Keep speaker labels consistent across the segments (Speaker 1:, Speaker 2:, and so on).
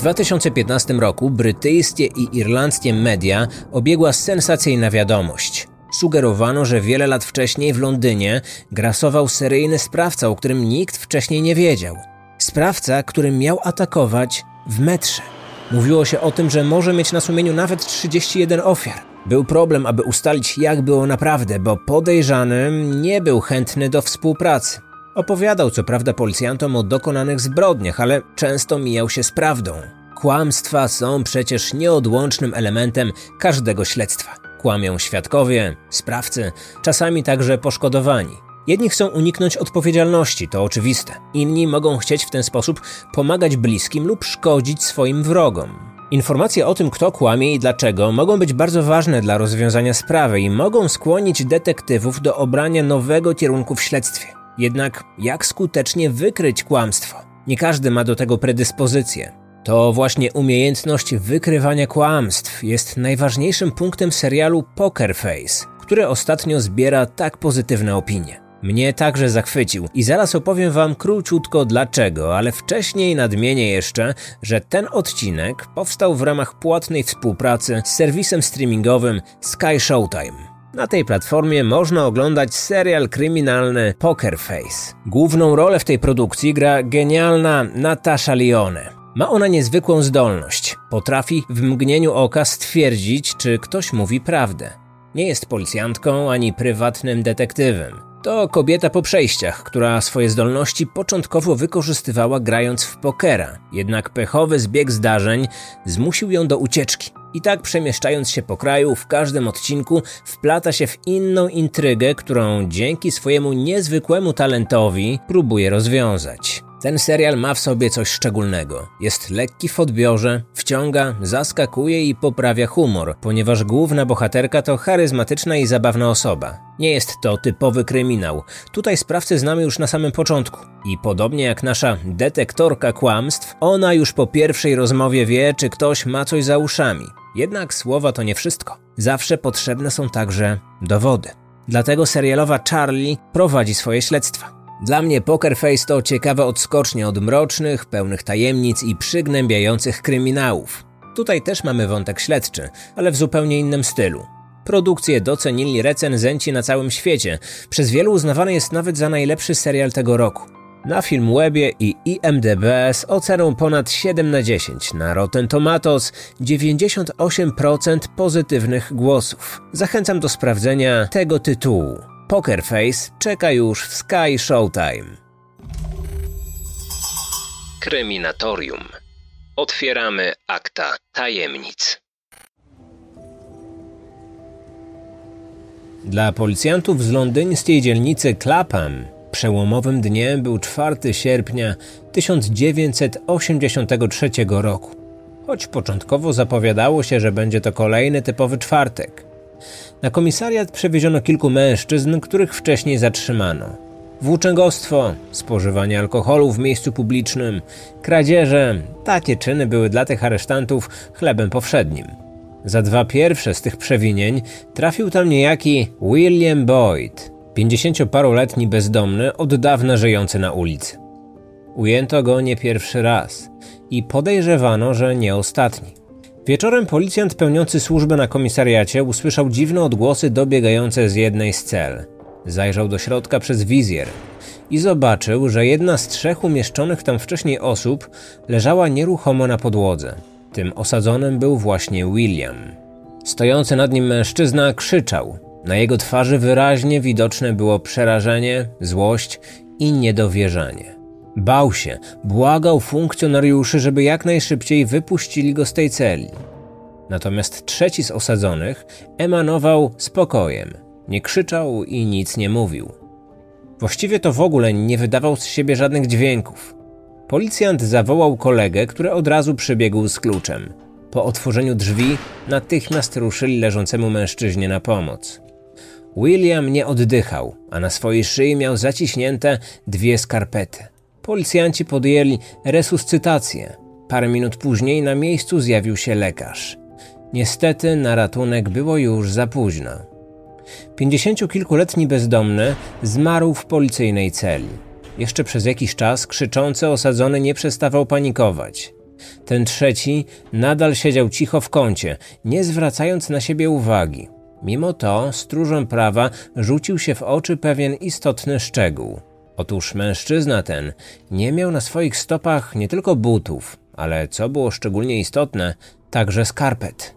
Speaker 1: 2015 roku brytyjskie i irlandzkie media obiegła sensacyjna wiadomość. Sugerowano, że wiele lat wcześniej w Londynie grasował seryjny sprawca, o którym nikt wcześniej nie wiedział. Sprawca, który miał atakować w metrze. Mówiło się o tym, że może mieć na sumieniu nawet 31 ofiar. Był problem, aby ustalić, jak było naprawdę, bo podejrzany nie był chętny do współpracy. Opowiadał co prawda policjantom o dokonanych zbrodniach, ale często mijał się z prawdą. Kłamstwa są przecież nieodłącznym elementem każdego śledztwa. Kłamią świadkowie, sprawcy, czasami także poszkodowani. Jedni chcą uniknąć odpowiedzialności, to oczywiste. Inni mogą chcieć w ten sposób pomagać bliskim lub szkodzić swoim wrogom. Informacje o tym, kto kłamie i dlaczego, mogą być bardzo ważne dla rozwiązania sprawy i mogą skłonić detektywów do obrania nowego kierunku w śledztwie. Jednak jak skutecznie wykryć kłamstwo? Nie każdy ma do tego predyspozycję. To właśnie umiejętność wykrywania kłamstw jest najważniejszym punktem serialu Poker Face, który ostatnio zbiera tak pozytywne opinie. Mnie także zachwycił i zaraz opowiem wam króciutko dlaczego, ale wcześniej nadmienię jeszcze, że ten odcinek powstał w ramach płatnej współpracy z serwisem streamingowym Sky Showtime. Na tej platformie można oglądać serial kryminalny Poker Face. Główną rolę w tej produkcji gra genialna Natasha Lyonne. Ma ona niezwykłą zdolność. Potrafi w mgnieniu oka stwierdzić, czy ktoś mówi prawdę. Nie jest policjantką ani prywatnym detektywem. To kobieta po przejściach, która swoje zdolności początkowo wykorzystywała grając w pokera. Jednak pechowy zbieg zdarzeń zmusił ją do ucieczki. I tak przemieszczając się po kraju, w każdym odcinku wplata się w inną intrygę, którą dzięki swojemu niezwykłemu talentowi próbuje rozwiązać. Ten serial ma w sobie coś szczególnego. Jest lekki w odbiorze, wciąga, zaskakuje i poprawia humor, ponieważ główna bohaterka to charyzmatyczna i zabawna osoba. Nie jest to typowy kryminał. Tutaj sprawcę znamy już na samym początku. I podobnie jak nasza detektorka kłamstw, ona już po pierwszej rozmowie wie, czy ktoś ma coś za uszami. Jednak słowa to nie wszystko. Zawsze potrzebne są także dowody. Dlatego serialowa Charlie prowadzi swoje śledztwa. Dla mnie Poker Face to ciekawe odskocznie od mrocznych, pełnych tajemnic i przygnębiających kryminałów. Tutaj też mamy wątek śledczy, ale w zupełnie innym stylu. Produkcję docenili recenzenci na całym świecie. Przez wielu uznawany jest nawet za najlepszy serial tego roku. Na Filmwebie i IMDb z oceną ponad 7/10, na Rotten Tomatoes 98% pozytywnych głosów. Zachęcam do sprawdzenia tego tytułu. Poker Face czeka już w Sky Showtime. Kryminatorium. Otwieramy akta tajemnic. Dla policjantów z londyńskiej dzielnicy Clapham przełomowym dniem był 4 sierpnia 1983 roku. Choć początkowo zapowiadało się, że będzie to kolejny typowy czwartek. Na komisariat przewieziono kilku mężczyzn, których wcześniej zatrzymano. Włóczęgostwo, spożywanie alkoholu w miejscu publicznym, kradzieże – takie czyny były dla tych aresztantów chlebem powszednim. Za 2 pierwsze z tych przewinień trafił tam niejaki William Boyd, 50-paroletni bezdomny, od dawna żyjący na ulicy. Ujęto go nie pierwszy raz i podejrzewano, że nie ostatni. Wieczorem policjant pełniący służbę na komisariacie usłyszał dziwne odgłosy dobiegające z jednej z cel. Zajrzał do środka przez wizjer i zobaczył, że jedna z 3 umieszczonych tam wcześniej osób leżała nieruchomo na podłodze. Tym osadzonym był właśnie William. Stojący nad nim mężczyzna krzyczał. Na jego twarzy wyraźnie widoczne było przerażenie, złość i niedowierzanie. Bał się, błagał funkcjonariuszy, żeby jak najszybciej wypuścili go z tej celi. Natomiast 3 z osadzonych emanował spokojem. Nie krzyczał i nic nie mówił. Właściwie to w ogóle nie wydawał z siebie żadnych dźwięków. Policjant zawołał kolegę, który od razu przybiegł z kluczem. Po otworzeniu drzwi natychmiast ruszyli leżącemu mężczyźnie na pomoc. William nie oddychał, a na swojej szyi miał zaciśnięte 2 skarpety. Policjanci podjęli resuscytację. Parę minut później na miejscu zjawił się lekarz. Niestety na ratunek było już za późno. 50-kilkuletni bezdomny zmarł w policyjnej celi. Jeszcze przez jakiś czas krzyczący osadzony nie przestawał panikować. Ten trzeci nadal siedział cicho w kącie, nie zwracając na siebie uwagi. Mimo to stróżom prawa rzucił się w oczy pewien istotny szczegół. Otóż mężczyzna ten nie miał na swoich stopach nie tylko butów, ale co było szczególnie istotne, także skarpet.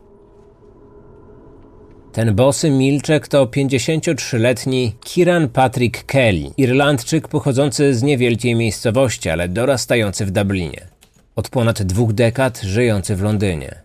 Speaker 1: Ten bosy milczek to 53-letni Kieran Patrick Kelly, Irlandczyk pochodzący z niewielkiej miejscowości, ale dorastający w Dublinie. Od ponad 2 dekad żyjący w Londynie.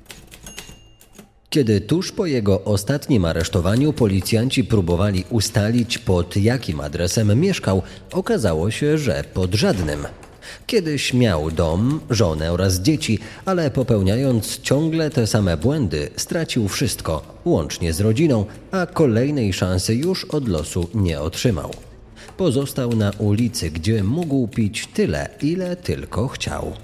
Speaker 2: Kiedy tuż po jego ostatnim aresztowaniu policjanci próbowali ustalić, pod jakim adresem mieszkał, okazało się, że pod żadnym. Kiedyś miał dom, żonę oraz dzieci, ale popełniając ciągle te same błędy, stracił wszystko, łącznie z rodziną, a kolejnej szansy już od losu nie otrzymał. Pozostał na ulicy, gdzie mógł pić tyle, ile tylko chciał.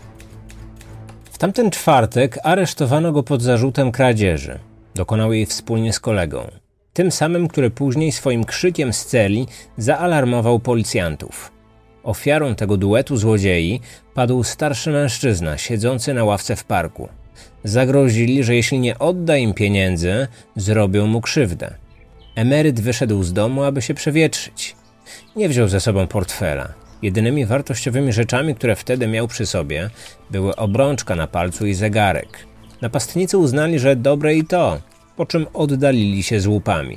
Speaker 1: W tamten czwartek aresztowano go pod zarzutem kradzieży. Dokonał jej wspólnie z kolegą. Tym samym, który później swoim krzykiem z celi zaalarmował policjantów. Ofiarą tego duetu złodziei padł starszy mężczyzna siedzący na ławce w parku. Zagrozili, że jeśli nie odda im pieniędzy, zrobią mu krzywdę. Emeryt wyszedł z domu, aby się przewietrzyć. Nie wziął ze sobą portfela. Jedynymi wartościowymi rzeczami, które wtedy miał przy sobie, były obrączka na palcu i zegarek. Napastnicy uznali, że dobre i to, po czym oddalili się z łupami.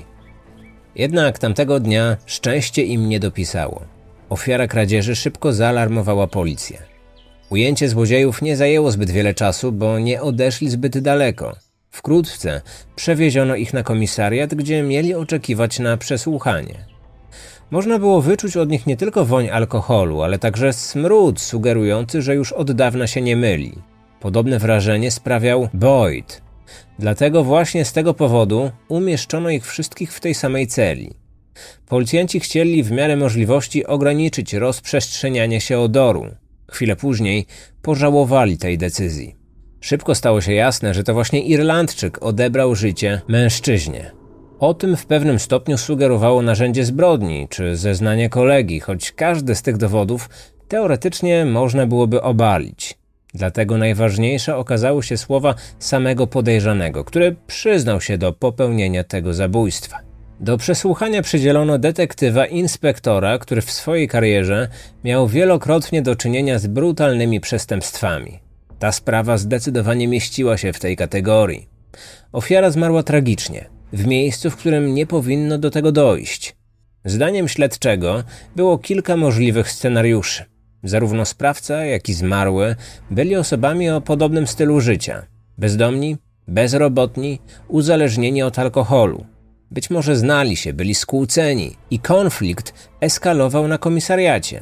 Speaker 1: Jednak tamtego dnia szczęście im nie dopisało. Ofiara kradzieży szybko zaalarmowała policję. Ujęcie złodziejów nie zajęło zbyt wiele czasu, bo nie odeszli zbyt daleko. Wkrótce przewieziono ich na komisariat, gdzie mieli oczekiwać na przesłuchanie. Można było wyczuć od nich nie tylko woń alkoholu, ale także smród sugerujący, że już od dawna się nie myli. Podobne wrażenie sprawiał Boyd. Dlatego właśnie z tego powodu umieszczono ich wszystkich w tej samej celi. Policjanci chcieli w miarę możliwości ograniczyć rozprzestrzenianie się odoru. Chwilę później pożałowali tej decyzji. Szybko stało się jasne, że to właśnie Irlandczyk odebrał życie mężczyźnie. O tym w pewnym stopniu sugerowało narzędzie zbrodni czy zeznanie kolegi, choć każdy z tych dowodów teoretycznie można byłoby obalić. Dlatego najważniejsze okazały się słowa samego podejrzanego, który przyznał się do popełnienia tego zabójstwa. Do przesłuchania przydzielono detektywa inspektora, który w swojej karierze miał wielokrotnie do czynienia z brutalnymi przestępstwami. Ta sprawa zdecydowanie mieściła się w tej kategorii. Ofiara zmarła tragicznie, w miejscu, w którym nie powinno do tego dojść. Zdaniem śledczego było kilka możliwych scenariuszy. Zarówno sprawca, jak i zmarły byli osobami o podobnym stylu życia. Bezdomni, bezrobotni, uzależnieni od alkoholu. Być może znali się, byli skłóceni i konflikt eskalował na komisariacie.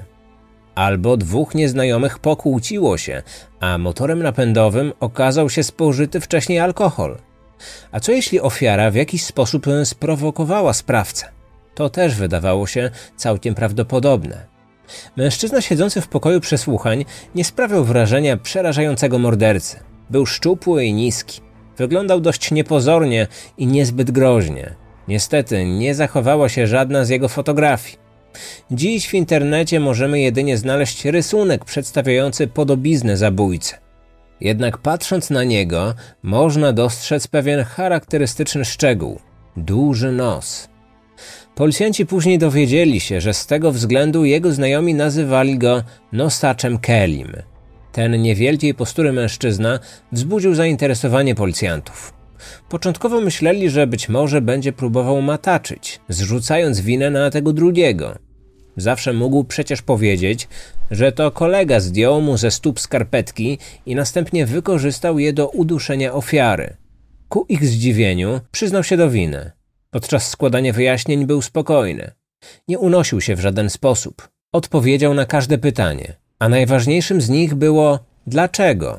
Speaker 1: Albo 2 nieznajomych pokłóciło się, a motorem napędowym okazał się spożyty wcześniej alkohol. A co jeśli ofiara w jakiś sposób sprowokowała sprawcę? To też wydawało się całkiem prawdopodobne. Mężczyzna siedzący w pokoju przesłuchań nie sprawiał wrażenia przerażającego mordercy. Był szczupły i niski. Wyglądał dość niepozornie i niezbyt groźnie. Niestety nie zachowała się żadna z jego fotografii. Dziś w internecie możemy jedynie znaleźć rysunek przedstawiający podobiznę zabójcy. Jednak patrząc na niego, można dostrzec pewien charakterystyczny szczegół – duży nos. Policjanci później dowiedzieli się, że z tego względu jego znajomi nazywali go nosaczem Kellym. Ten niewielkiej postury mężczyzna wzbudził zainteresowanie policjantów. Początkowo myśleli, że być może będzie próbował mataczyć, zrzucając winę na tego drugiego. Zawsze mógł przecież powiedzieć, że to kolega zdjął mu ze stóp skarpetki i następnie wykorzystał je do uduszenia ofiary. Ku ich zdziwieniu przyznał się do winy. Podczas składania wyjaśnień był spokojny. Nie unosił się w żaden sposób. Odpowiedział na każde pytanie. A najważniejszym z nich było dlaczego.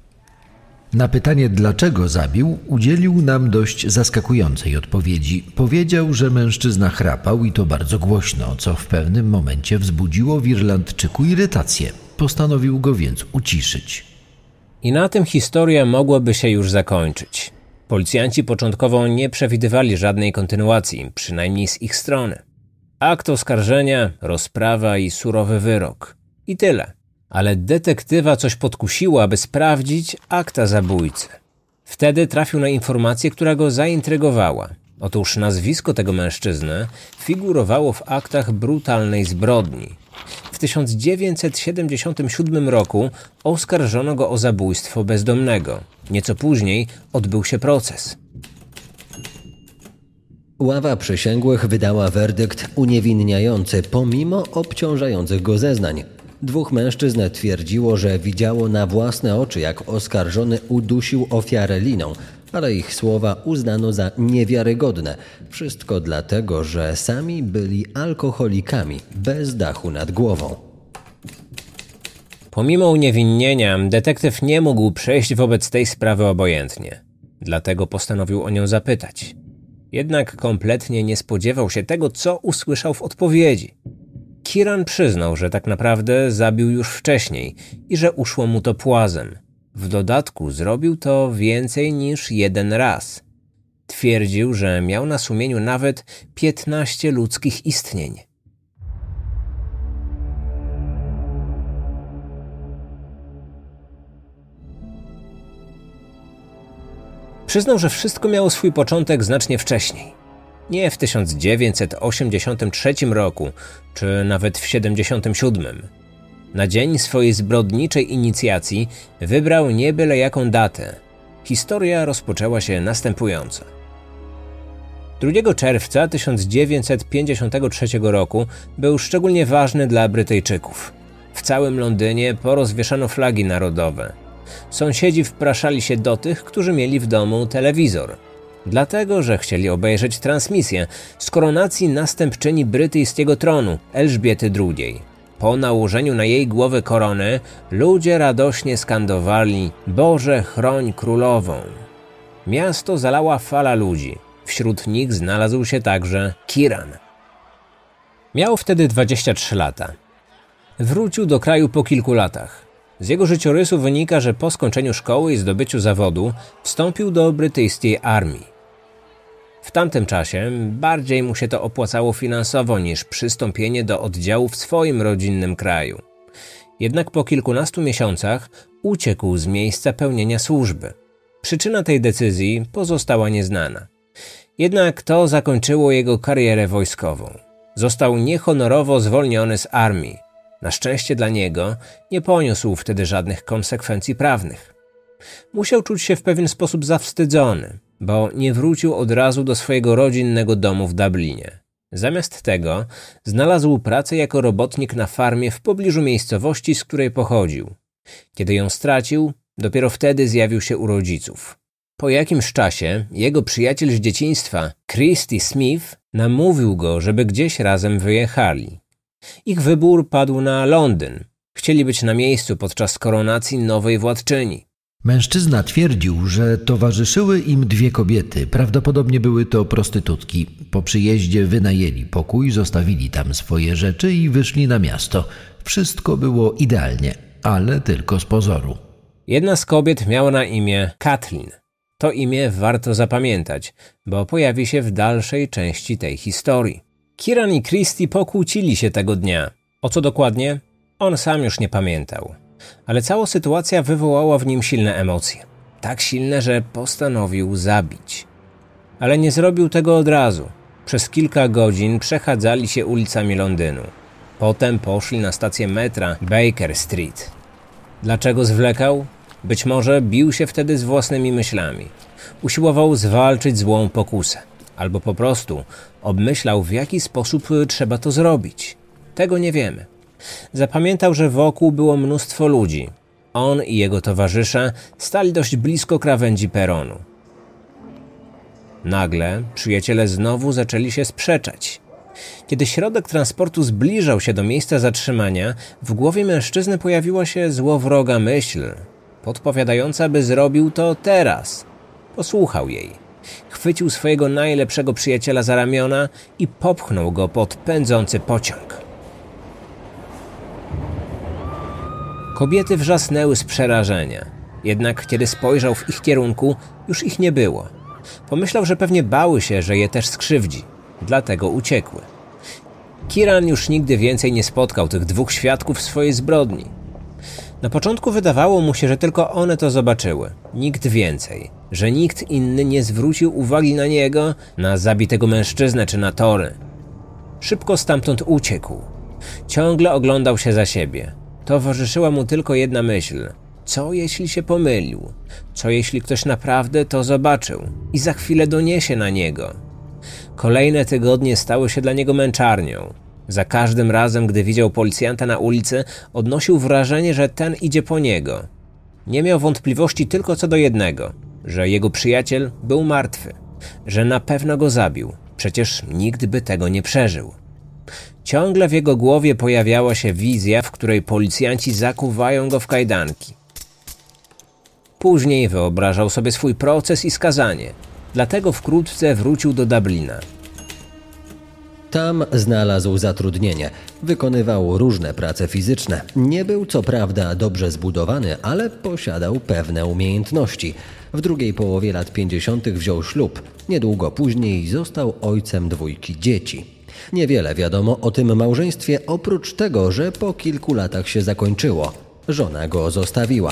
Speaker 3: Na pytanie, dlaczego zabił, udzielił nam dość zaskakującej odpowiedzi. Powiedział, że mężczyzna chrapał i to bardzo głośno, co w pewnym momencie wzbudziło w Irlandczyku irytację. Postanowił go więc uciszyć.
Speaker 1: I na tym historia mogłaby się już zakończyć. Policjanci początkowo nie przewidywali żadnej kontynuacji, przynajmniej z ich strony. Akt oskarżenia, rozprawa i surowy wyrok. I tyle. Ale detektywa coś podkusiło, aby sprawdzić akta zabójcy. Wtedy trafił na informację, która go zaintrygowała. Otóż nazwisko tego mężczyzny figurowało w aktach brutalnej zbrodni. W 1977 roku oskarżono go o zabójstwo bezdomnego. Nieco później odbył się proces.
Speaker 2: Ława przysięgłych wydała werdykt uniewinniający pomimo obciążających go zeznań. Dwóch mężczyzn twierdziło, że widziało na własne oczy, jak oskarżony udusił ofiarę liną, ale ich słowa uznano za niewiarygodne. Wszystko dlatego, że sami byli alkoholikami bez dachu nad głową.
Speaker 1: Pomimo uniewinnienia, detektyw nie mógł przejść wobec tej sprawy obojętnie. Dlatego postanowił o nią zapytać. Jednak kompletnie nie spodziewał się tego, co usłyszał w odpowiedzi. Kieran przyznał, że tak naprawdę zabił już wcześniej i że uszło mu to płazem. W dodatku zrobił to więcej niż jeden raz. Twierdził, że miał na sumieniu nawet 15 ludzkich istnień. Przyznał, że wszystko miało swój początek znacznie wcześniej. Nie w 1983 roku, czy nawet w 1977. Na dzień swojej zbrodniczej inicjacji wybrał nie byle jaką datę. Historia rozpoczęła się następująco. 2 czerwca 1953 roku był szczególnie ważny dla Brytyjczyków. W całym Londynie porozwieszano flagi narodowe. Sąsiedzi wpraszali się do tych, którzy mieli w domu telewizor. Dlatego, że chcieli obejrzeć transmisję z koronacji następczyni brytyjskiego tronu, Elżbiety II. Po nałożeniu na jej głowę korony ludzie radośnie skandowali: Boże, chroń królową. Miasto zalała fala ludzi. Wśród nich znalazł się także Kieran. Miał wtedy 23 lata. Wrócił do kraju po kilku latach. Z jego życiorysu wynika, że po skończeniu szkoły i zdobyciu zawodu wstąpił do brytyjskiej armii. W tamtym czasie bardziej mu się to opłacało finansowo niż przystąpienie do oddziału w swoim rodzinnym kraju. Jednak po kilkunastu miesiącach uciekł z miejsca pełnienia służby. Przyczyna tej decyzji pozostała nieznana. Jednak to zakończyło jego karierę wojskową. Został niehonorowo zwolniony z armii. Na szczęście dla niego nie poniósł wtedy żadnych konsekwencji prawnych. Musiał czuć się w pewien sposób zawstydzony, bo nie wrócił od razu do swojego rodzinnego domu w Dublinie. Zamiast tego znalazł pracę jako robotnik na farmie w pobliżu miejscowości, z której pochodził. Kiedy ją stracił, dopiero wtedy zjawił się u rodziców. Po jakimś czasie jego przyjaciel z dzieciństwa, Christy Smith, namówił go, żeby gdzieś razem wyjechali. Ich wybór padł na Londyn. Chcieli być na miejscu podczas koronacji nowej władczyni.
Speaker 3: Mężczyzna twierdził, że towarzyszyły im dwie kobiety. Prawdopodobnie były to prostytutki. Po przyjeździe wynajęli pokój, zostawili tam swoje rzeczy i wyszli na miasto. Wszystko było idealnie, ale tylko z pozoru.
Speaker 1: Jedna z kobiet miała na imię Kathleen. To imię warto zapamiętać, bo pojawi się w dalszej części tej historii. Kieran i Christy pokłócili się tego dnia. O co dokładnie? On sam już nie pamiętał. Ale cała sytuacja wywołała w nim silne emocje. Tak silne, że postanowił zabić. Ale nie zrobił tego od razu. Przez kilka godzin przechadzali się ulicami Londynu. Potem poszli na stację metra Baker Street. Dlaczego zwlekał? Być może bił się wtedy z własnymi myślami. Usiłował zwalczyć złą pokusę. Albo po prostu obmyślał, w jaki sposób trzeba to zrobić. Tego nie wiemy. Zapamiętał, że wokół było mnóstwo ludzi. On i jego towarzysze stali dość blisko krawędzi peronu. Nagle przyjaciele znowu zaczęli się sprzeczać. Kiedy środek transportu zbliżał się do miejsca zatrzymania, w głowie mężczyzny pojawiła się złowroga myśl, podpowiadająca, by zrobił to teraz. Posłuchał jej. Chwycił swojego najlepszego przyjaciela za ramiona i popchnął go pod pędzący pociąg. Kobiety wrzasnęły z przerażenia. Jednak kiedy spojrzał w ich kierunku, już ich nie było. Pomyślał, że pewnie bały się, że je też skrzywdzi. Dlatego uciekły. Kieran już nigdy więcej nie spotkał tych dwóch świadków swojej zbrodni. Na początku wydawało mu się, że tylko one to zobaczyły. Nikt więcej. Że nikt inny nie zwrócił uwagi na niego, na zabitego mężczyznę czy na tory. Szybko stamtąd uciekł. Ciągle oglądał się za siebie. Towarzyszyła mu tylko jedna myśl. Co jeśli się pomylił? Co jeśli ktoś naprawdę to zobaczył i za chwilę doniesie na niego? Kolejne tygodnie stały się dla niego męczarnią. Za każdym razem, gdy widział policjanta na ulicy, odnosił wrażenie, że ten idzie po niego. Nie miał wątpliwości tylko co do jednego, że jego przyjaciel był martwy, że na pewno go zabił, przecież nikt by tego nie przeżył. Ciągle w jego głowie pojawiała się wizja, w której policjanci zakuwają go w kajdanki. Później wyobrażał sobie swój proces i skazanie, dlatego wkrótce wrócił do Dublina.
Speaker 2: Tam znalazł zatrudnienie. Wykonywał różne prace fizyczne. Nie był co prawda dobrze zbudowany, ale posiadał pewne umiejętności. W drugiej połowie lat 50. wziął ślub. Niedługo później został ojcem 2 dzieci. Niewiele wiadomo o tym małżeństwie, oprócz tego, że po kilku latach się zakończyło. Żona go zostawiła.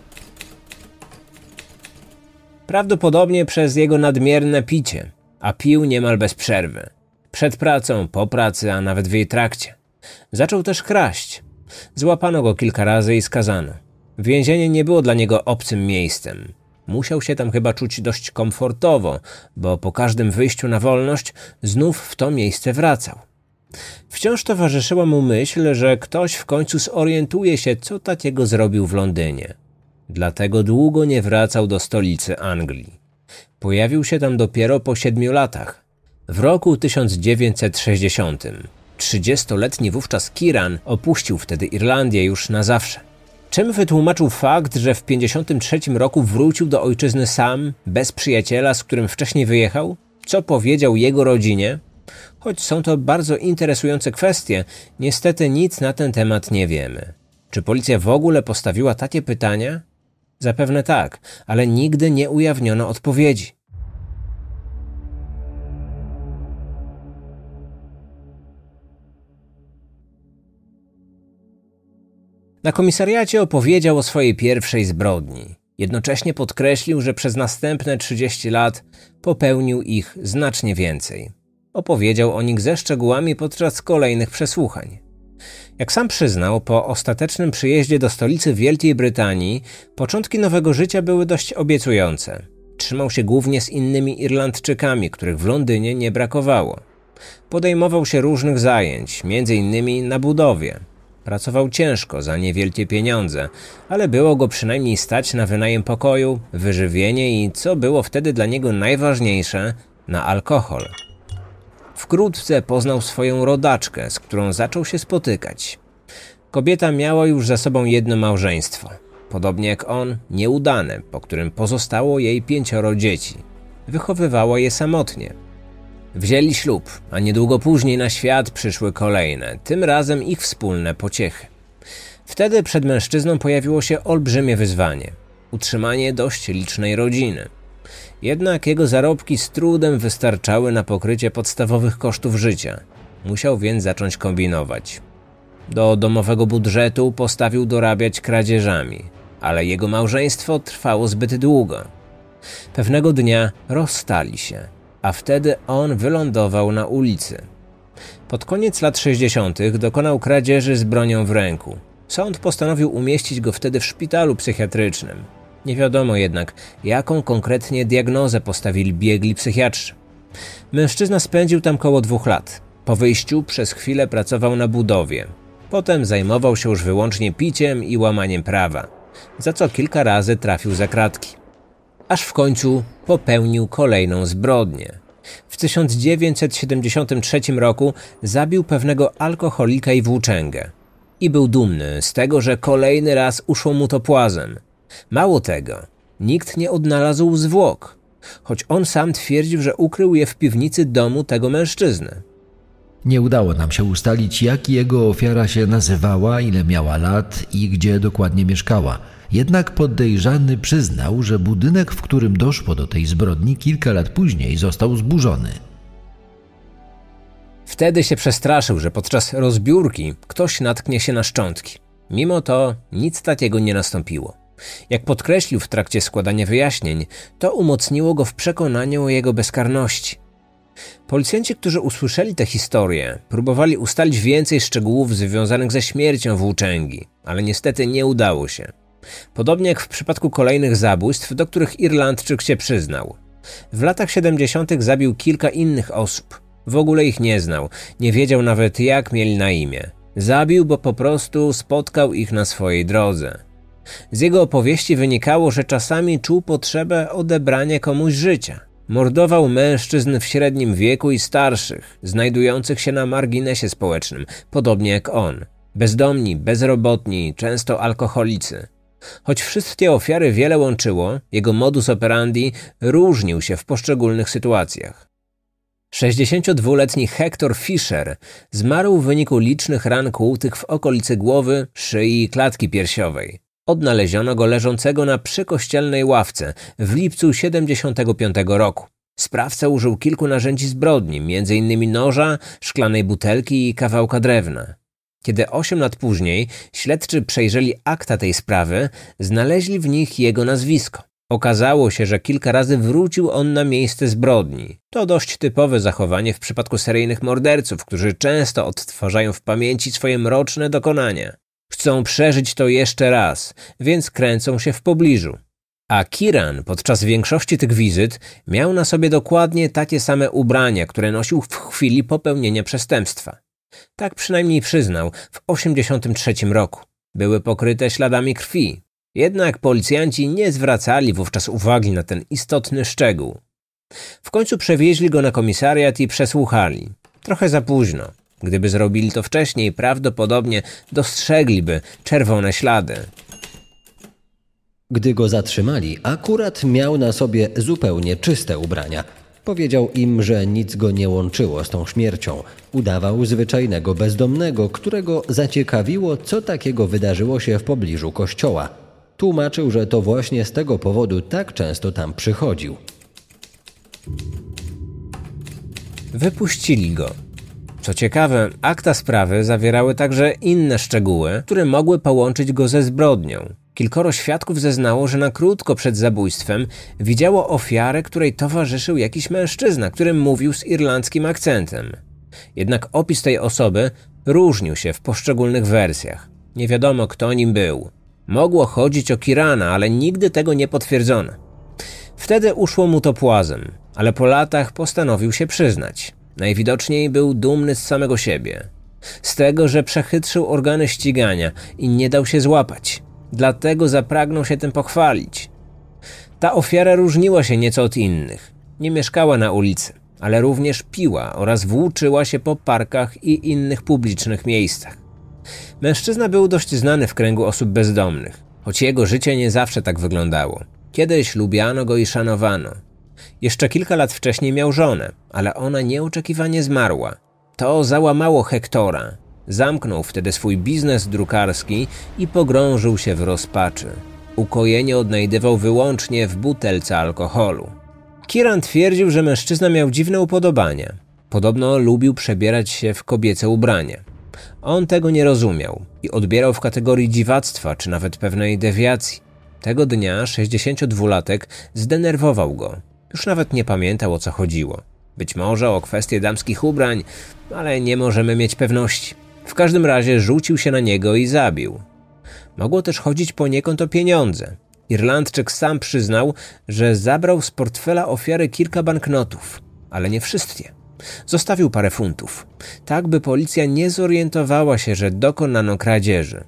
Speaker 1: Prawdopodobnie przez jego nadmierne picie, a pił niemal bez przerwy. Przed pracą, po pracy, a nawet w jej trakcie. Zaczął też kraść. Złapano go kilka razy i skazano. Więzienie nie było dla niego obcym miejscem. Musiał się tam chyba czuć dość komfortowo, bo po każdym wyjściu na wolność znów w to miejsce wracał. Wciąż towarzyszyła mu myśl, że ktoś w końcu zorientuje się, co takiego zrobił w Londynie. Dlatego długo nie wracał do stolicy Anglii. Pojawił się tam dopiero po 7 latach. W roku 1960 30-letni wówczas Kieran opuścił wtedy Irlandię już na zawsze. Czym wytłumaczył fakt, że w 1953 roku wrócił do ojczyzny sam, bez przyjaciela, z którym wcześniej wyjechał? Co powiedział jego rodzinie? Choć są to bardzo interesujące kwestie, niestety nic na ten temat nie wiemy. Czy policja w ogóle postawiła takie pytania? Zapewne tak, ale nigdy nie ujawniono odpowiedzi. Na komisariacie opowiedział o swojej pierwszej zbrodni. Jednocześnie podkreślił, że przez następne 30 lat popełnił ich znacznie więcej. Opowiedział o nich ze szczegółami podczas kolejnych przesłuchań. Jak sam przyznał, po ostatecznym przyjeździe do stolicy Wielkiej Brytanii początki nowego życia były dość obiecujące. Trzymał się głównie z innymi Irlandczykami, których w Londynie nie brakowało. Podejmował się różnych zajęć, m.in. na budowie. Pracował ciężko za niewielkie pieniądze, ale było go przynajmniej stać na wynajem pokoju, wyżywienie i, co było wtedy dla niego najważniejsze, na alkohol. Wkrótce poznał swoją rodaczkę, z którą zaczął się spotykać. Kobieta miała już za sobą jedno małżeństwo. Podobnie jak on, nieudane, po którym pozostało jej 5 dzieci. Wychowywała je samotnie. Wzięli ślub, a niedługo później na świat przyszły kolejne, tym razem ich wspólne pociechy. Wtedy przed mężczyzną pojawiło się olbrzymie wyzwanie – utrzymanie dość licznej rodziny. Jednak jego zarobki z trudem wystarczały na pokrycie podstawowych kosztów życia. Musiał więc zacząć kombinować. Do domowego budżetu postawił dorabiać kradzieżami, ale jego małżeństwo trwało zbyt długo. Pewnego dnia rozstali się, a wtedy on wylądował na ulicy. Pod koniec lat 60. dokonał kradzieży z bronią w ręku. Sąd postanowił umieścić go wtedy w szpitalu psychiatrycznym. Nie wiadomo jednak, jaką konkretnie diagnozę postawili biegli psychiatrzy. Mężczyzna spędził tam około 2 lat. Po wyjściu przez chwilę pracował na budowie. Potem zajmował się już wyłącznie piciem i łamaniem prawa, za co kilka razy trafił za kratki. Aż w końcu popełnił kolejną zbrodnię. W 1973 roku zabił pewnego alkoholika i włóczęgę. I był dumny z tego, że kolejny raz uszło mu to płazem. Mało tego, nikt nie odnalazł zwłok, choć on sam twierdził, że ukrył je w piwnicy domu tego mężczyzny.
Speaker 3: Nie udało nam się ustalić, jak jego ofiara się nazywała, ile miała lat i gdzie dokładnie mieszkała. Jednak podejrzany przyznał, że budynek, w którym doszło do tej zbrodni, kilka lat później został zburzony.
Speaker 1: Wtedy się przestraszył, że podczas rozbiórki ktoś natknie się na szczątki. Mimo to nic takiego nie nastąpiło. Jak podkreślił w trakcie składania wyjaśnień, to umocniło go w przekonaniu o jego bezkarności. Policjanci, którzy usłyszeli tę historię, próbowali ustalić więcej szczegółów związanych ze śmiercią włóczęgi, ale niestety nie udało się. Podobnie jak w przypadku kolejnych zabójstw, do których Irlandczyk się przyznał. W latach 70. zabił kilka innych osób. W ogóle ich nie znał, nie wiedział nawet jak mieli na imię. Zabił, bo po prostu spotkał ich na swojej drodze. Z jego opowieści wynikało, że czasami czuł potrzebę odebrania komuś życia. Mordował mężczyzn w średnim wieku i starszych, znajdujących się na marginesie społecznym, podobnie jak on. Bezdomni, bezrobotni, często alkoholicy. Choć wszystkie ofiary wiele łączyło, jego modus operandi różnił się w poszczególnych sytuacjach. 62-letni Hector Fisher zmarł w wyniku licznych ran kłutych w okolicy głowy, szyi i klatki piersiowej. Odnaleziono go leżącego na przykościelnej ławce w lipcu 75 roku. Sprawca użył kilku narzędzi zbrodni, m.in. noża, szklanej butelki i kawałka drewna. Kiedy 8 lat później śledczy przejrzeli akta tej sprawy, znaleźli w nich jego nazwisko. Okazało się, że kilka razy wrócił on na miejsce zbrodni. To dość typowe zachowanie w przypadku seryjnych morderców, którzy często odtwarzają w pamięci swoje mroczne dokonania. Chcą przeżyć to jeszcze raz, więc kręcą się w pobliżu. A Kieran podczas większości tych wizyt miał na sobie dokładnie takie same ubrania, które nosił w chwili popełnienia przestępstwa. Tak przynajmniej przyznał w 1983 roku. Były pokryte śladami krwi. Jednak policjanci nie zwracali wówczas uwagi na ten istotny szczegół. W końcu przewieźli go na komisariat i przesłuchali. Trochę za późno. Gdyby zrobili to wcześniej, prawdopodobnie dostrzegliby czerwone ślady.
Speaker 2: Gdy go zatrzymali, akurat miał na sobie zupełnie czyste ubrania. Powiedział im, że nic go nie łączyło z tą śmiercią. Udawał zwyczajnego bezdomnego, którego zaciekawiło, co takiego wydarzyło się w pobliżu kościoła. Tłumaczył, że to właśnie z tego powodu tak często tam przychodził.
Speaker 1: Wypuścili go. Co ciekawe, akta sprawy zawierały także inne szczegóły, które mogły połączyć go ze zbrodnią. Kilkoro świadków zeznało, że na krótko przed zabójstwem widziało ofiarę, której towarzyszył jakiś mężczyzna, który mówił z irlandzkim akcentem. Jednak opis tej osoby różnił się w poszczególnych wersjach. Nie wiadomo, kto nim był. Mogło chodzić o Kierana, ale nigdy tego nie potwierdzono. Wtedy uszło mu to płazem, ale po latach postanowił się przyznać. Najwidoczniej był dumny z samego siebie. Z tego, że przechytrzył organy ścigania i nie dał się złapać. Dlatego zapragnął się tym pochwalić. Ta ofiara różniła się nieco od innych. Nie mieszkała na ulicy, ale również piła oraz włóczyła się po parkach i innych publicznych miejscach. Mężczyzna był dość znany w kręgu osób bezdomnych, choć jego życie nie zawsze tak wyglądało. Kiedyś lubiano go i szanowano. Jeszcze kilka lat wcześniej miał żonę, ale ona nieoczekiwanie zmarła. To załamało Hectora. Zamknął wtedy swój biznes drukarski i pogrążył się w rozpaczy. Ukojenie odnajdywał wyłącznie w butelce alkoholu. Kieran twierdził, że mężczyzna miał dziwne upodobania. Podobno lubił przebierać się w kobiece ubrania. On tego nie rozumiał i odbierał w kategorii dziwactwa czy nawet pewnej dewiacji. Tego dnia 62-latek zdenerwował go. Już nawet nie pamiętał, o co chodziło. Być może o kwestię damskich ubrań, ale nie możemy mieć pewności. W każdym razie rzucił się na niego i zabił. Mogło też chodzić poniekąd o pieniądze. Irlandczyk sam przyznał, że zabrał z portfela ofiary kilka banknotów, ale nie wszystkie. Zostawił parę funtów, tak by policja nie zorientowała się, że dokonano kradzieży.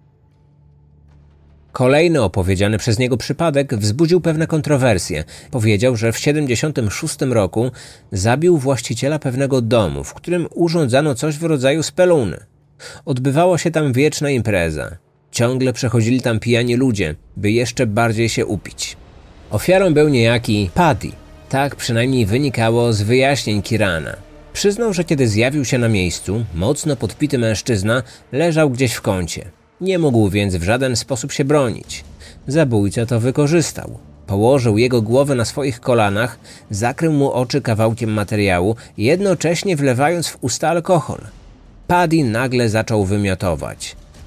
Speaker 1: Kolejny opowiedziany przez niego przypadek wzbudził pewne kontrowersje. Powiedział, że w 1976 roku zabił właściciela pewnego domu, w którym urządzano coś w rodzaju speluny. Odbywała się tam wieczna impreza. Ciągle przechodzili tam pijani ludzie, by jeszcze bardziej się upić. Ofiarą był niejaki Paddy. Tak przynajmniej wynikało z wyjaśnień Kierana. Przyznał, że kiedy zjawił się na miejscu, mocno podpity mężczyzna leżał gdzieś w kącie. Nie mógł więc w żaden sposób się bronić. Zabójca to wykorzystał. Położył jego głowę na swoich kolanach, zakrył mu oczy kawałkiem materiału, jednocześnie wlewając w usta alkohol. Paddy nagle zaczął wymiotować.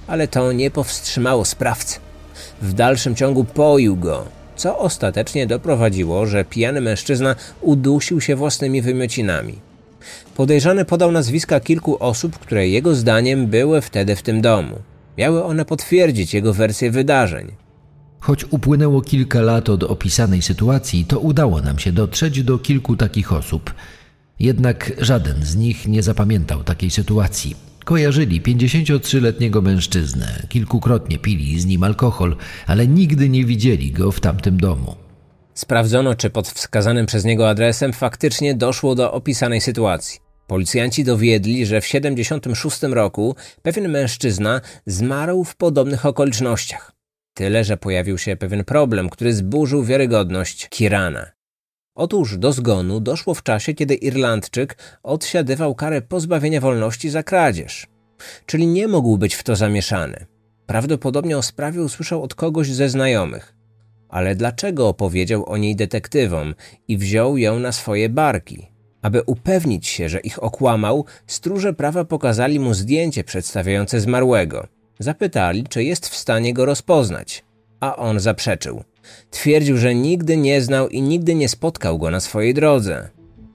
Speaker 1: ale to nie powstrzymało sprawcę. W dalszym ciągu poił go, co ostatecznie doprowadziło, że pijany mężczyzna udusił się własnymi wymiocinami. Podejrzany podał nazwiska kilku osób, które jego zdaniem były wtedy w tym domu. Miały one potwierdzić jego wersję wydarzeń.
Speaker 3: Choć upłynęło kilka lat od opisanej sytuacji, to udało nam się dotrzeć do kilku takich osób. Jednak żaden z nich nie zapamiętał takiej sytuacji. Kojarzyli 53-letniego mężczyznę, kilkukrotnie pili z nim alkohol, ale nigdy nie widzieli go w tamtym domu.
Speaker 1: Sprawdzono, czy pod wskazanym przez niego adresem faktycznie doszło do opisanej sytuacji. Policjanci dowiedli, że w 1976 roku pewien mężczyzna zmarł w podobnych okolicznościach. Tyle, że pojawił się pewien problem, który zburzył wiarygodność Kirana. Otóż do zgonu doszło w czasie, kiedy Irlandczyk odsiadywał karę pozbawienia wolności za kradzież. Czyli nie mógł być w to zamieszany. Prawdopodobnie o sprawie usłyszał od kogoś ze znajomych. Ale dlaczego opowiedział o niej detektywom i wziął ją na swoje barki? Aby upewnić się, że ich okłamał, stróże prawa pokazali mu zdjęcie przedstawiające zmarłego. Zapytali, czy jest w stanie go rozpoznać, a on zaprzeczył. Twierdził, że nigdy nie znał i nigdy nie spotkał go na swojej drodze.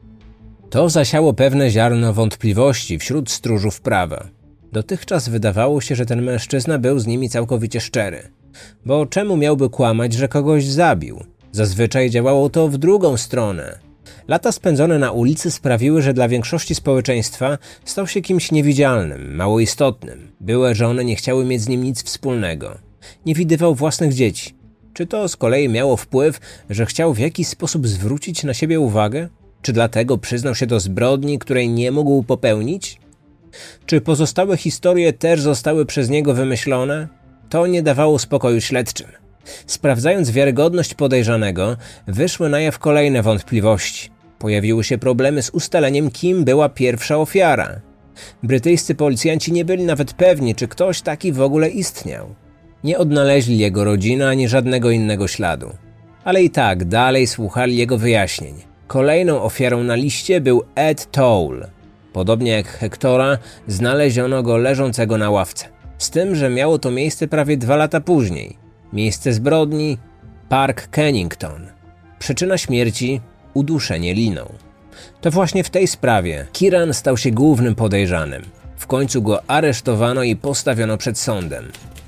Speaker 1: To zasiało pewne ziarno wątpliwości wśród stróżów prawa. Dotychczas wydawało się, że ten mężczyzna był z nimi całkowicie szczery. Bo czemu miałby kłamać, że kogoś zabił? Zazwyczaj działało to w drugą stronę. Lata spędzone na ulicy sprawiły, że dla większości społeczeństwa stał się kimś niewidzialnym, mało istotnym. Były żony nie chciały mieć z nim nic wspólnego. Nie widywał własnych dzieci. Czy to z kolei miało wpływ, że chciał w jakiś sposób zwrócić na siebie uwagę? Czy dlatego przyznał się do zbrodni, której nie mógł popełnić? Czy pozostałe historie też zostały przez niego wymyślone? To nie dawało spokoju śledczym. Sprawdzając wiarygodność podejrzanego, wyszły na jaw kolejne wątpliwości. Pojawiły się problemy z ustaleniem, kim była pierwsza ofiara. Brytyjscy policjanci nie byli nawet pewni, czy ktoś taki w ogóle istniał. Nie odnaleźli jego rodziny ani żadnego innego śladu. Ale i tak dalej słuchali jego wyjaśnień. Kolejną ofiarą na liście był Ed Toole. Podobnie jak Hectora, znaleziono go leżącego na ławce. Z tym, że miało to miejsce prawie 2 lata później. Miejsce zbrodni – Park Kennington. Przyczyna śmierci – uduszenie liną. To właśnie w tej sprawie Kieran stał się głównym podejrzanym. W końcu go aresztowano i postawiono przed sądem.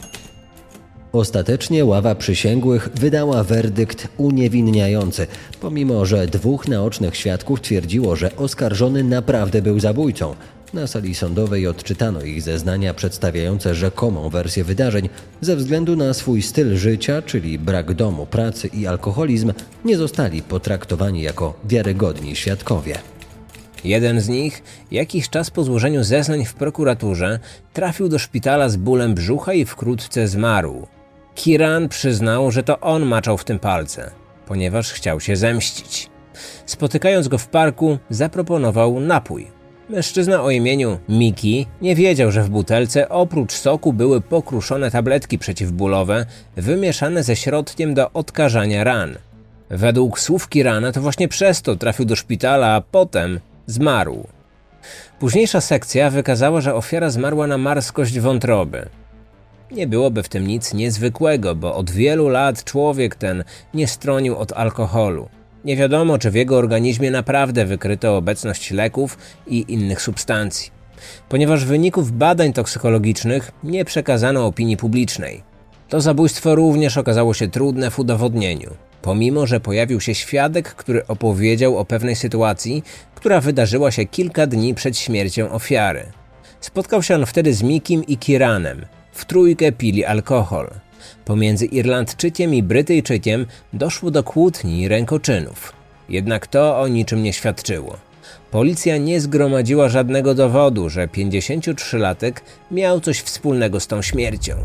Speaker 2: Ostatecznie ława przysięgłych wydała werdykt uniewinniający, pomimo że 2 naocznych świadków twierdziło, że oskarżony naprawdę był zabójcą. Na sali sądowej odczytano ich zeznania przedstawiające rzekomą wersję wydarzeń. Ze względu na swój styl życia, czyli brak domu, pracy i alkoholizm, nie zostali potraktowani jako wiarygodni świadkowie.
Speaker 1: Jeden z nich, jakiś czas po złożeniu zeznań w prokuraturze, trafił do szpitala z bólem brzucha i wkrótce zmarł. Kieran przyznał, że to on maczał w tym palce, ponieważ chciał się zemścić. Spotykając go w parku, zaproponował napój. Mężczyzna o imieniu Mickey nie wiedział, że w butelce oprócz soku były pokruszone tabletki przeciwbólowe wymieszane ze środkiem do odkażania ran. Według słów Kierana to właśnie przez to trafił do szpitala, a potem zmarł. Późniejsza sekcja wykazała, że ofiara zmarła na marskość wątroby. Nie byłoby w tym nic niezwykłego, bo od wielu lat człowiek ten nie stronił od alkoholu. Nie wiadomo, czy w jego organizmie naprawdę wykryto obecność leków i innych substancji, ponieważ wyników badań toksykologicznych nie przekazano opinii publicznej. To zabójstwo również okazało się trudne w udowodnieniu, pomimo że pojawił się świadek, który opowiedział o pewnej sytuacji, która wydarzyła się kilka dni przed śmiercią ofiary. Spotkał się on wtedy z Mickiem i Kieranem. W trójkę pili alkohol. Pomiędzy Irlandczykiem i Brytyjczykiem doszło do kłótni i rękoczynów. Jednak to o niczym nie świadczyło. Policja nie zgromadziła żadnego dowodu, że 53-latek miał coś wspólnego z tą śmiercią.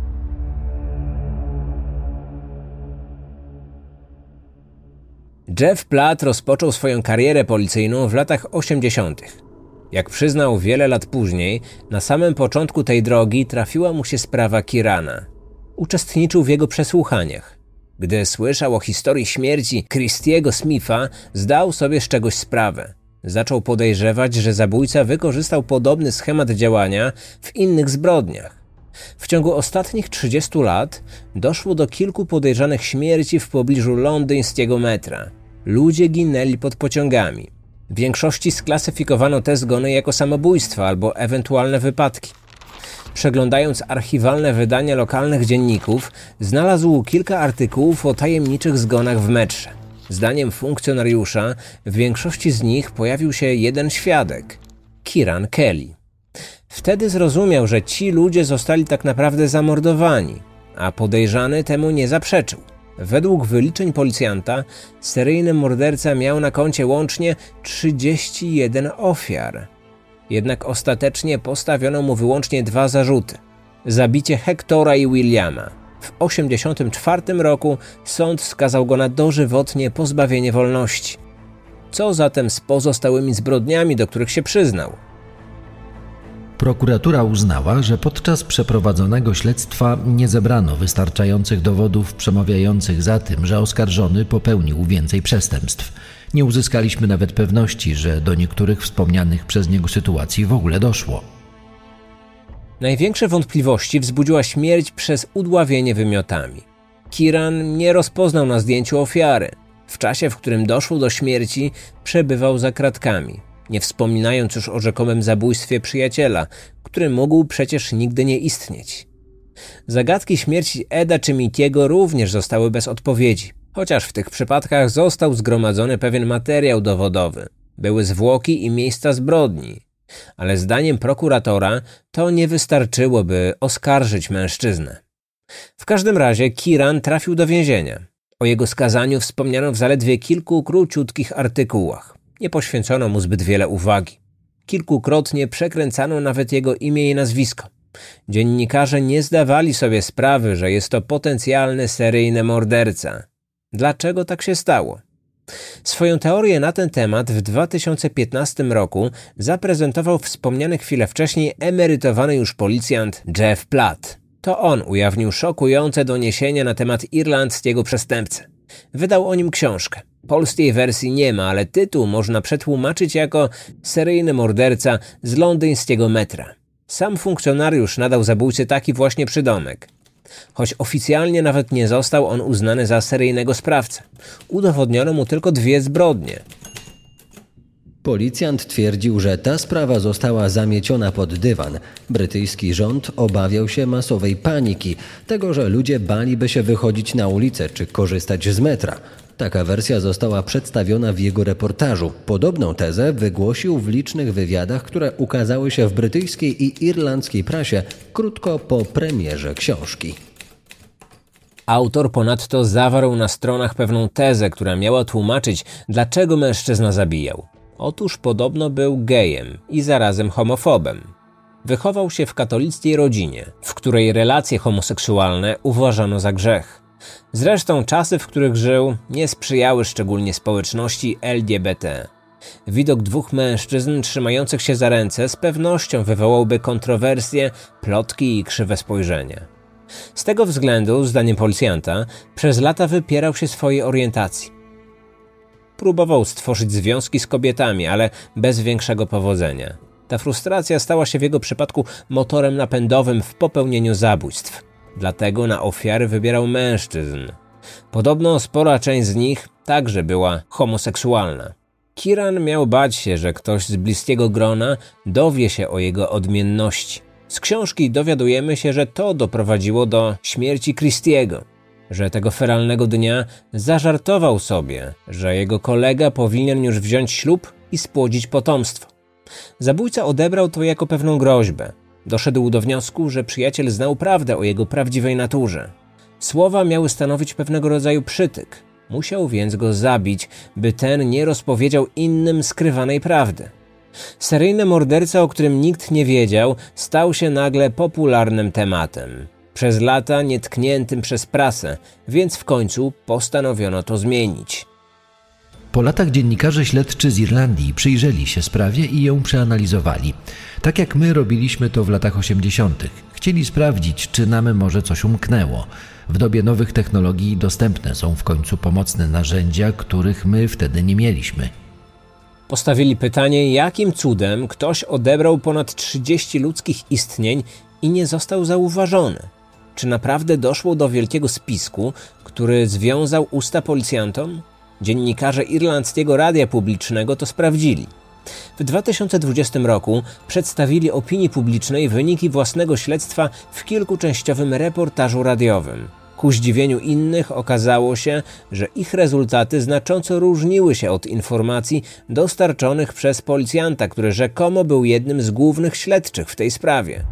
Speaker 1: Jeff Platt rozpoczął swoją karierę policyjną w latach 80. Jak przyznał wiele lat później, na samym początku tej drogi trafiła mu się sprawa Kierana. Uczestniczył w jego przesłuchaniach. Gdy słyszał o historii śmierci Christiego Smitha, zdał sobie z czegoś sprawę. Zaczął podejrzewać, że zabójca wykorzystał podobny schemat działania w innych zbrodniach. W ciągu ostatnich 30 lat doszło do kilku podejrzanych śmierci w pobliżu londyńskiego metra. Ludzie ginęli pod pociągami. W większości sklasyfikowano te zgony jako samobójstwa albo ewentualne wypadki. Przeglądając archiwalne wydania lokalnych dzienników, znalazł kilka artykułów o tajemniczych zgonach w metrze. Zdaniem funkcjonariusza, w większości z nich pojawił się jeden świadek – Kieran Kelly. Wtedy zrozumiał, że ci ludzie zostali tak naprawdę zamordowani, a podejrzany temu nie zaprzeczył. Według wyliczeń policjanta, seryjny morderca miał na koncie łącznie 31 ofiar. Jednak ostatecznie postawiono mu wyłącznie 2 zarzuty. Zabicie Hectora i Williama. W 1984 roku sąd skazał go na dożywotnie pozbawienie wolności. Co zatem z pozostałymi zbrodniami, do których się przyznał?
Speaker 3: Prokuratura uznała, że podczas przeprowadzonego śledztwa nie zebrano wystarczających dowodów przemawiających za tym, że oskarżony popełnił więcej przestępstw. Nie uzyskaliśmy nawet pewności, że do niektórych wspomnianych przez niego sytuacji w ogóle doszło.
Speaker 1: Największe wątpliwości wzbudziła śmierć przez udławienie wymiotami. Kieran nie rozpoznał na zdjęciu ofiary. W czasie, w którym doszło do śmierci, przebywał za kratkami, nie wspominając już o rzekomym zabójstwie przyjaciela, który mógł przecież nigdy nie istnieć. Zagadki śmierci Eda czy Mittiego również zostały bez odpowiedzi, chociaż w tych przypadkach został zgromadzony pewien materiał dowodowy. Były zwłoki i miejsca zbrodni, ale zdaniem prokuratora to nie wystarczyło, by oskarżyć mężczyznę. W każdym razie Kieran trafił do więzienia. O jego skazaniu wspomniano w zaledwie kilku króciutkich artykułach. Nie poświęcono mu zbyt wiele uwagi. Kilkukrotnie przekręcano nawet jego imię i nazwisko. Dziennikarze nie zdawali sobie sprawy, że jest to potencjalny seryjny morderca. Dlaczego tak się stało? Swoją teorię na ten temat w 2015 roku zaprezentował wspomniany chwilę wcześniej emerytowany już policjant Jeff Platt. To on ujawnił szokujące doniesienia na temat irlandzkiego przestępcy. Wydał o nim książkę. Polskiej wersji nie ma, ale tytuł można przetłumaczyć jako seryjny morderca z londyńskiego metra. Sam funkcjonariusz nadał zabójcy taki właśnie przydomek. Choć oficjalnie nawet nie został on uznany za seryjnego sprawcę. Udowodniono mu tylko 2 zbrodnie.
Speaker 2: Policjant twierdził, że ta sprawa została zamieciona pod dywan. Brytyjski rząd obawiał się masowej paniki, tego, że ludzie baliby się wychodzić na ulicę czy korzystać z metra. Taka wersja została przedstawiona w jego reportażu. Podobną tezę wygłosił w licznych wywiadach, które ukazały się w brytyjskiej i irlandzkiej prasie krótko po premierze książki.
Speaker 1: Autor ponadto zawarł na stronach pewną tezę, która miała tłumaczyć, dlaczego mężczyzna zabijał. Otóż podobno był gejem i zarazem homofobem. Wychował się w katolickiej rodzinie, w której relacje homoseksualne uważano za grzech. Zresztą czasy, w których żył, nie sprzyjały szczególnie społeczności LGBT. Widok 2 mężczyzn trzymających się za ręce z pewnością wywołałby kontrowersje, plotki i krzywe spojrzenia. Z tego względu, zdaniem policjanta, przez lata wypierał się swojej orientacji. Próbował stworzyć związki z kobietami, ale bez większego powodzenia. Ta frustracja stała się w jego przypadku motorem napędowym w popełnieniu zabójstw. Dlatego na ofiary wybierał mężczyzn. Podobno spora część z nich także była homoseksualna. Kieran miał bać się, że ktoś z bliskiego grona dowie się o jego odmienności. Z książki dowiadujemy się, że to doprowadziło do śmierci Christiego, że tego feralnego dnia zażartował sobie, że jego kolega powinien już wziąć ślub i spłodzić potomstwo. Zabójca odebrał to jako pewną groźbę. Doszedł do wniosku, że przyjaciel znał prawdę o jego prawdziwej naturze. Słowa miały stanowić pewnego rodzaju przytyk. Musiał więc go zabić, by ten nie rozpowiedział innym skrywanej prawdy. Seryjny morderca, o którym nikt nie wiedział, stał się nagle popularnym tematem. Przez lata nietkniętym przez prasę, więc w końcu postanowiono to zmienić.
Speaker 3: Po latach dziennikarze śledczy z Irlandii przyjrzeli się sprawie i ją przeanalizowali. Tak jak my robiliśmy to w latach 80. Chcieli sprawdzić, czy nam może coś umknęło. W dobie nowych technologii dostępne są w końcu pomocne narzędzia, których my wtedy nie mieliśmy.
Speaker 1: Postawili pytanie, jakim cudem ktoś odebrał ponad 30 ludzkich istnień i nie został zauważony. Czy naprawdę doszło do wielkiego spisku, który związał usta policjantom? Dziennikarze irlandzkiego radia publicznego to sprawdzili. W 2020 roku przedstawili opinii publicznej wyniki własnego śledztwa w kilkuczęściowym reportażu radiowym. Ku zdziwieniu innych okazało się, że ich rezultaty znacząco różniły się od informacji dostarczonych przez policjanta, który rzekomo był jednym z głównych śledczych w tej sprawie.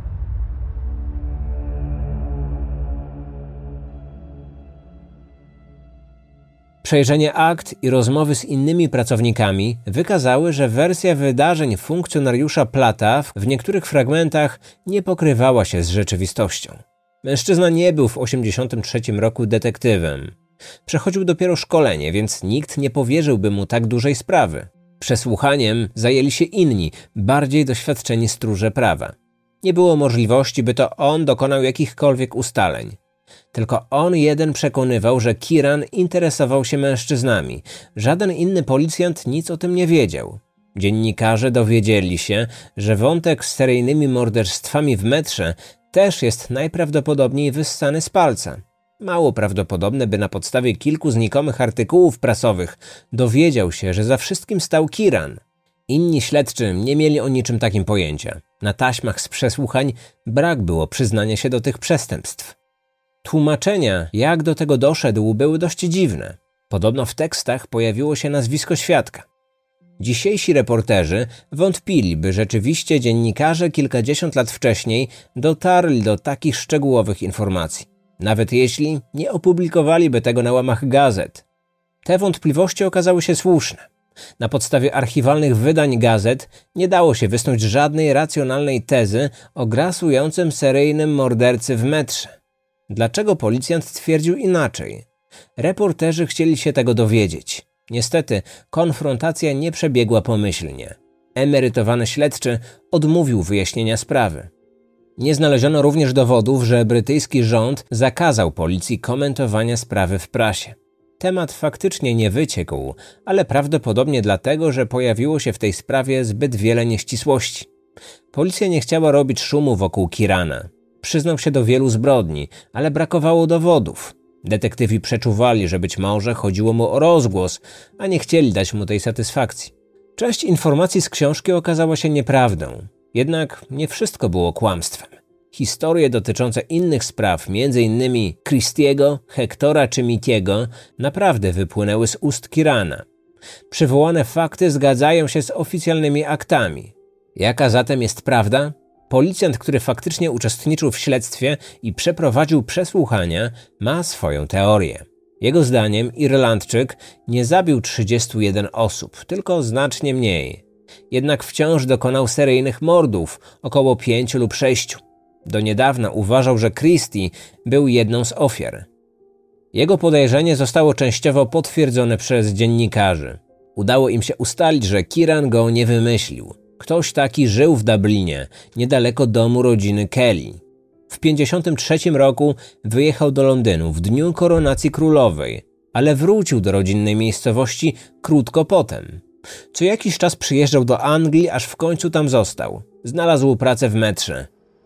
Speaker 1: Przejrzenie akt i rozmowy z innymi pracownikami wykazały, że wersja wydarzeń funkcjonariusza Platta w niektórych fragmentach nie pokrywała się z rzeczywistością. Mężczyzna nie był w 1983 roku detektywem. Przechodził dopiero szkolenie, więc nikt nie powierzyłby mu tak dużej sprawy. Przesłuchaniem zajęli się inni, bardziej doświadczeni stróże prawa. Nie było możliwości, by to on dokonał jakichkolwiek ustaleń. Tylko on jeden przekonywał, że Kieran interesował się mężczyznami. Żaden inny policjant nic o tym nie wiedział. Dziennikarze dowiedzieli się, że wątek z seryjnymi morderstwami w metrze też jest najprawdopodobniej wyssany z palca. Mało prawdopodobne, by na podstawie kilku znikomych artykułów prasowych dowiedział się, że za wszystkim stał Kieran. Inni śledczy nie mieli o niczym takim pojęcia. Na taśmach z przesłuchań brak było przyznania się do tych przestępstw. Tłumaczenia, jak do tego doszedł, były dość dziwne. Podobno w tekstach pojawiło się nazwisko świadka. Dzisiejsi reporterzy wątpili, by rzeczywiście dziennikarze kilkadziesiąt lat wcześniej dotarli do takich szczegółowych informacji. Nawet jeśli nie opublikowaliby tego na łamach gazet. Te wątpliwości okazały się słuszne. Na podstawie archiwalnych wydań gazet nie dało się wysnuć żadnej racjonalnej tezy o grasującym seryjnym mordercy w metrze. Dlaczego policjant twierdził inaczej? Reporterzy chcieli się tego dowiedzieć. Niestety, konfrontacja nie przebiegła pomyślnie. Emerytowany śledczy odmówił wyjaśnienia sprawy. Nie znaleziono również dowodów, że brytyjski rząd zakazał policji komentowania sprawy w prasie. Temat faktycznie nie wyciekł, ale prawdopodobnie dlatego, że pojawiło się w tej sprawie zbyt wiele nieścisłości. Policja nie chciała robić szumu wokół Kierana. Przyznał się do wielu zbrodni, ale brakowało dowodów. Detektywi przeczuwali, że być może chodziło mu o rozgłos, a nie chcieli dać mu tej satysfakcji. Część informacji z książki okazała się nieprawdą, jednak nie wszystko było kłamstwem. Historie dotyczące innych spraw, m.in. Christiego, Hectora czy Mickiego, naprawdę wypłynęły z ust Kierana. Przywołane fakty zgadzają się z oficjalnymi aktami. Jaka zatem jest prawda? Policjant, który faktycznie uczestniczył w śledztwie i przeprowadził przesłuchania, ma swoją teorię. Jego zdaniem Irlandczyk nie zabił 31 osób, tylko znacznie mniej. Jednak wciąż dokonał seryjnych mordów, około 5 lub 6. Do niedawna uważał, że Christie był jedną z ofiar. Jego podejrzenie zostało częściowo potwierdzone przez dziennikarzy. Udało im się ustalić, że Kieran go nie wymyślił. Ktoś taki żył w Dublinie, niedaleko domu rodziny Kelly. W 1953 roku wyjechał do Londynu w dniu koronacji królowej, ale wrócił do rodzinnej miejscowości krótko potem. Co jakiś czas przyjeżdżał do Anglii, aż w końcu tam został. Znalazł pracę w metrze.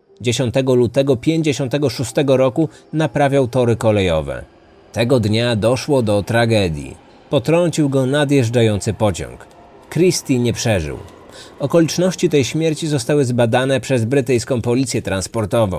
Speaker 1: 10 lutego 1956 roku naprawiał tory kolejowe. Tego dnia doszło do tragedii. Potrącił go nadjeżdżający pociąg. Christie nie przeżył. Okoliczności tej śmierci zostały zbadane przez brytyjską policję transportową.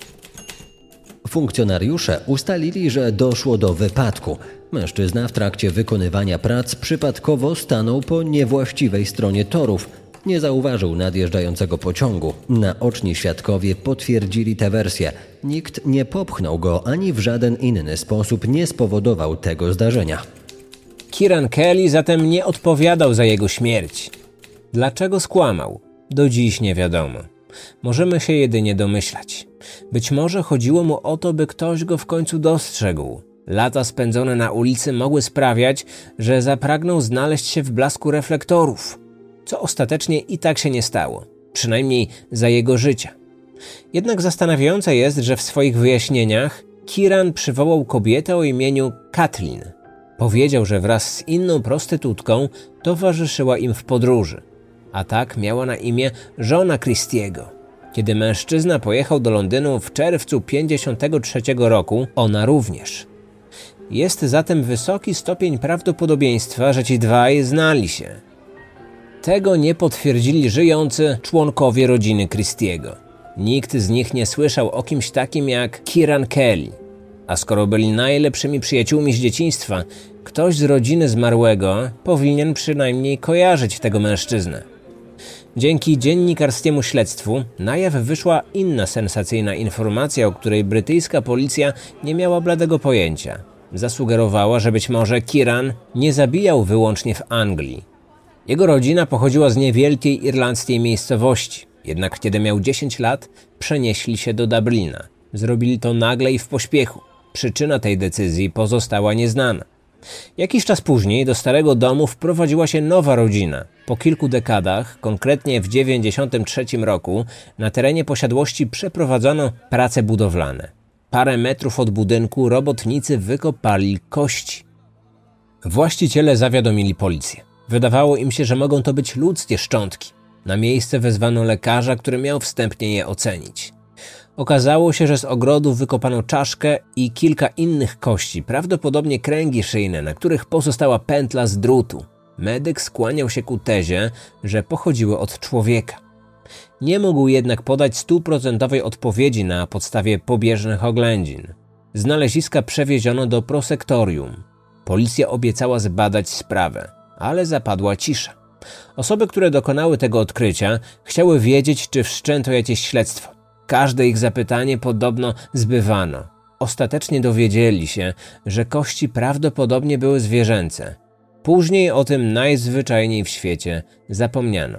Speaker 2: Funkcjonariusze ustalili, że doszło do wypadku. Mężczyzna w trakcie wykonywania prac przypadkowo stanął po niewłaściwej stronie torów. Nie zauważył nadjeżdżającego pociągu. Naoczni świadkowie potwierdzili tę wersję. Nikt nie popchnął go ani w żaden inny sposób nie spowodował tego zdarzenia.
Speaker 1: Kieran Kelly zatem nie odpowiadał za jego śmierć. Dlaczego skłamał? Do dziś nie wiadomo. Możemy się jedynie domyślać. Być może chodziło mu o to, by ktoś go w końcu dostrzegł. Lata spędzone na ulicy mogły sprawiać, że zapragnął znaleźć się w blasku reflektorów. Co ostatecznie i tak się nie stało. Przynajmniej za jego życia. Jednak zastanawiające jest, że w swoich wyjaśnieniach Kieran przywołał kobietę o imieniu Kathleen. Powiedział, że wraz z inną prostytutką towarzyszyła im w podróży. A tak miała na imię żona Christiego. Kiedy mężczyzna pojechał do Londynu w czerwcu 1953 roku, ona również. Jest zatem wysoki stopień prawdopodobieństwa, że ci dwaj znali się. Tego nie potwierdzili żyjący członkowie rodziny Christiego. Nikt z nich nie słyszał o kimś takim jak Kieran Kelly. A skoro byli najlepszymi przyjaciółmi z dzieciństwa, ktoś z rodziny zmarłego powinien przynajmniej kojarzyć tego mężczyznę. Dzięki dziennikarskiemu śledztwu na jaw wyszła inna sensacyjna informacja, o której brytyjska policja nie miała bladego pojęcia. Zasugerowała, że być może Kieran nie zabijał wyłącznie w Anglii. Jego rodzina pochodziła z niewielkiej irlandzkiej miejscowości, jednak kiedy miał 10 lat, przenieśli się do Dublina. Zrobili to nagle i w pośpiechu. Przyczyna tej decyzji pozostała nieznana. Jakiś czas później do starego domu wprowadziła się nowa rodzina. Po kilku dekadach, konkretnie w 1993 roku, na terenie posiadłości przeprowadzono prace budowlane. Parę metrów od budynku robotnicy wykopali kości. Właściciele zawiadomili policję. Wydawało im się, że mogą to być ludzkie szczątki. Na miejsce wezwano lekarza, który miał wstępnie je ocenić. Okazało się, że z ogrodu wykopano czaszkę i kilka innych kości, prawdopodobnie kręgi szyjne, na których pozostała pętla z drutu. Medyk skłaniał się ku tezie, że pochodziły od człowieka. Nie mógł jednak podać 100% odpowiedzi na podstawie pobieżnych oględzin. Znaleziska przewieziono do prosektorium. Policja obiecała zbadać sprawę, ale zapadła cisza. Osoby, które dokonały tego odkrycia, chciały wiedzieć, czy wszczęto jakieś śledztwo. Każde ich zapytanie podobno zbywano. Ostatecznie dowiedzieli się, że kości prawdopodobnie były zwierzęce. Później o tym najzwyczajniej w świecie zapomniano.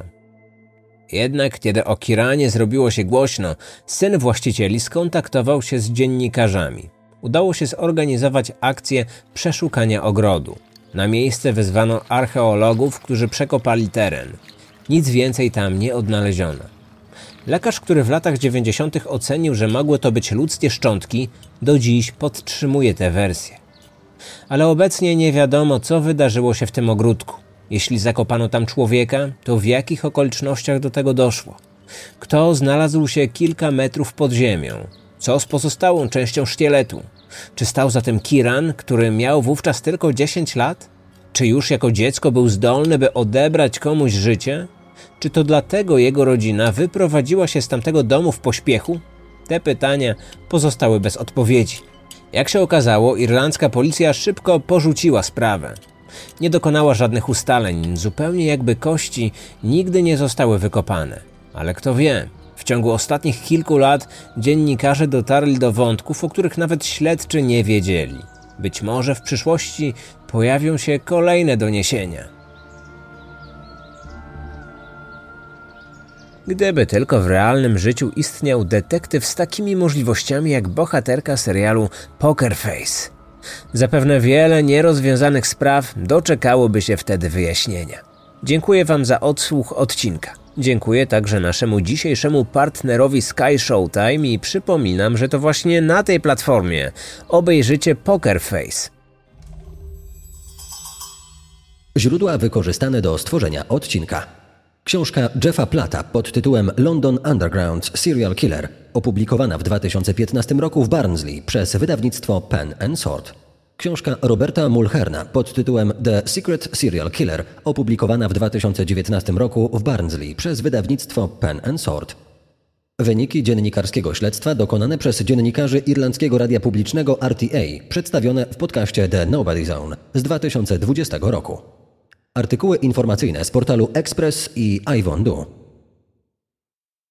Speaker 1: Jednak kiedy o Kieranie zrobiło się głośno, syn właścicieli skontaktował się z dziennikarzami. Udało się zorganizować akcję przeszukania ogrodu. Na miejsce wezwano archeologów, którzy przekopali teren. Nic więcej tam nie odnaleziono. Lekarz, który w latach 90. ocenił, że mogły to być ludzkie szczątki, do dziś podtrzymuje tę wersję. Ale obecnie nie wiadomo, co wydarzyło się w tym ogródku. Jeśli zakopano tam człowieka, to w jakich okolicznościach do tego doszło? Kto znalazł się kilka metrów pod ziemią? Co z pozostałą częścią szkieletu? Czy stał za tym Kieran, który miał wówczas tylko 10 lat? Czy już jako dziecko był zdolny, by odebrać komuś życie? Czy to dlatego jego rodzina wyprowadziła się z tamtego domu w pośpiechu? Te pytania pozostały bez odpowiedzi. Jak się okazało, irlandzka policja szybko porzuciła sprawę. Nie dokonała żadnych ustaleń, zupełnie jakby kości nigdy nie zostały wykopane. Ale kto wie, w ciągu ostatnich kilku lat dziennikarze dotarli do wątków, o których nawet śledczy nie wiedzieli. Być może w przyszłości pojawią się kolejne doniesienia. Gdyby tylko w realnym życiu istniał detektyw z takimi możliwościami jak bohaterka serialu Poker Face. Zapewne wiele nierozwiązanych spraw doczekałoby się wtedy wyjaśnienia. Dziękuję Wam za odsłuch odcinka. Dziękuję także naszemu dzisiejszemu partnerowi Sky Showtime i przypominam, że to właśnie na tej platformie obejrzycie Poker Face.
Speaker 2: Źródła wykorzystane do stworzenia odcinka. Książka Jeffa Platta pod tytułem London Underground Serial Killer, opublikowana w 2015 roku w Barnsley przez wydawnictwo Pen & Sword. Książka Roberta Mulherna pod tytułem The Secret Serial Killer, opublikowana w 2019 roku w Barnsley przez wydawnictwo Pen & Sword. Wyniki dziennikarskiego śledztwa dokonane przez dziennikarzy irlandzkiego radia publicznego RTA, przedstawione w podcaście The Nobody Zone z 2020 roku. Artykuły informacyjne z portalu Express i iWondu.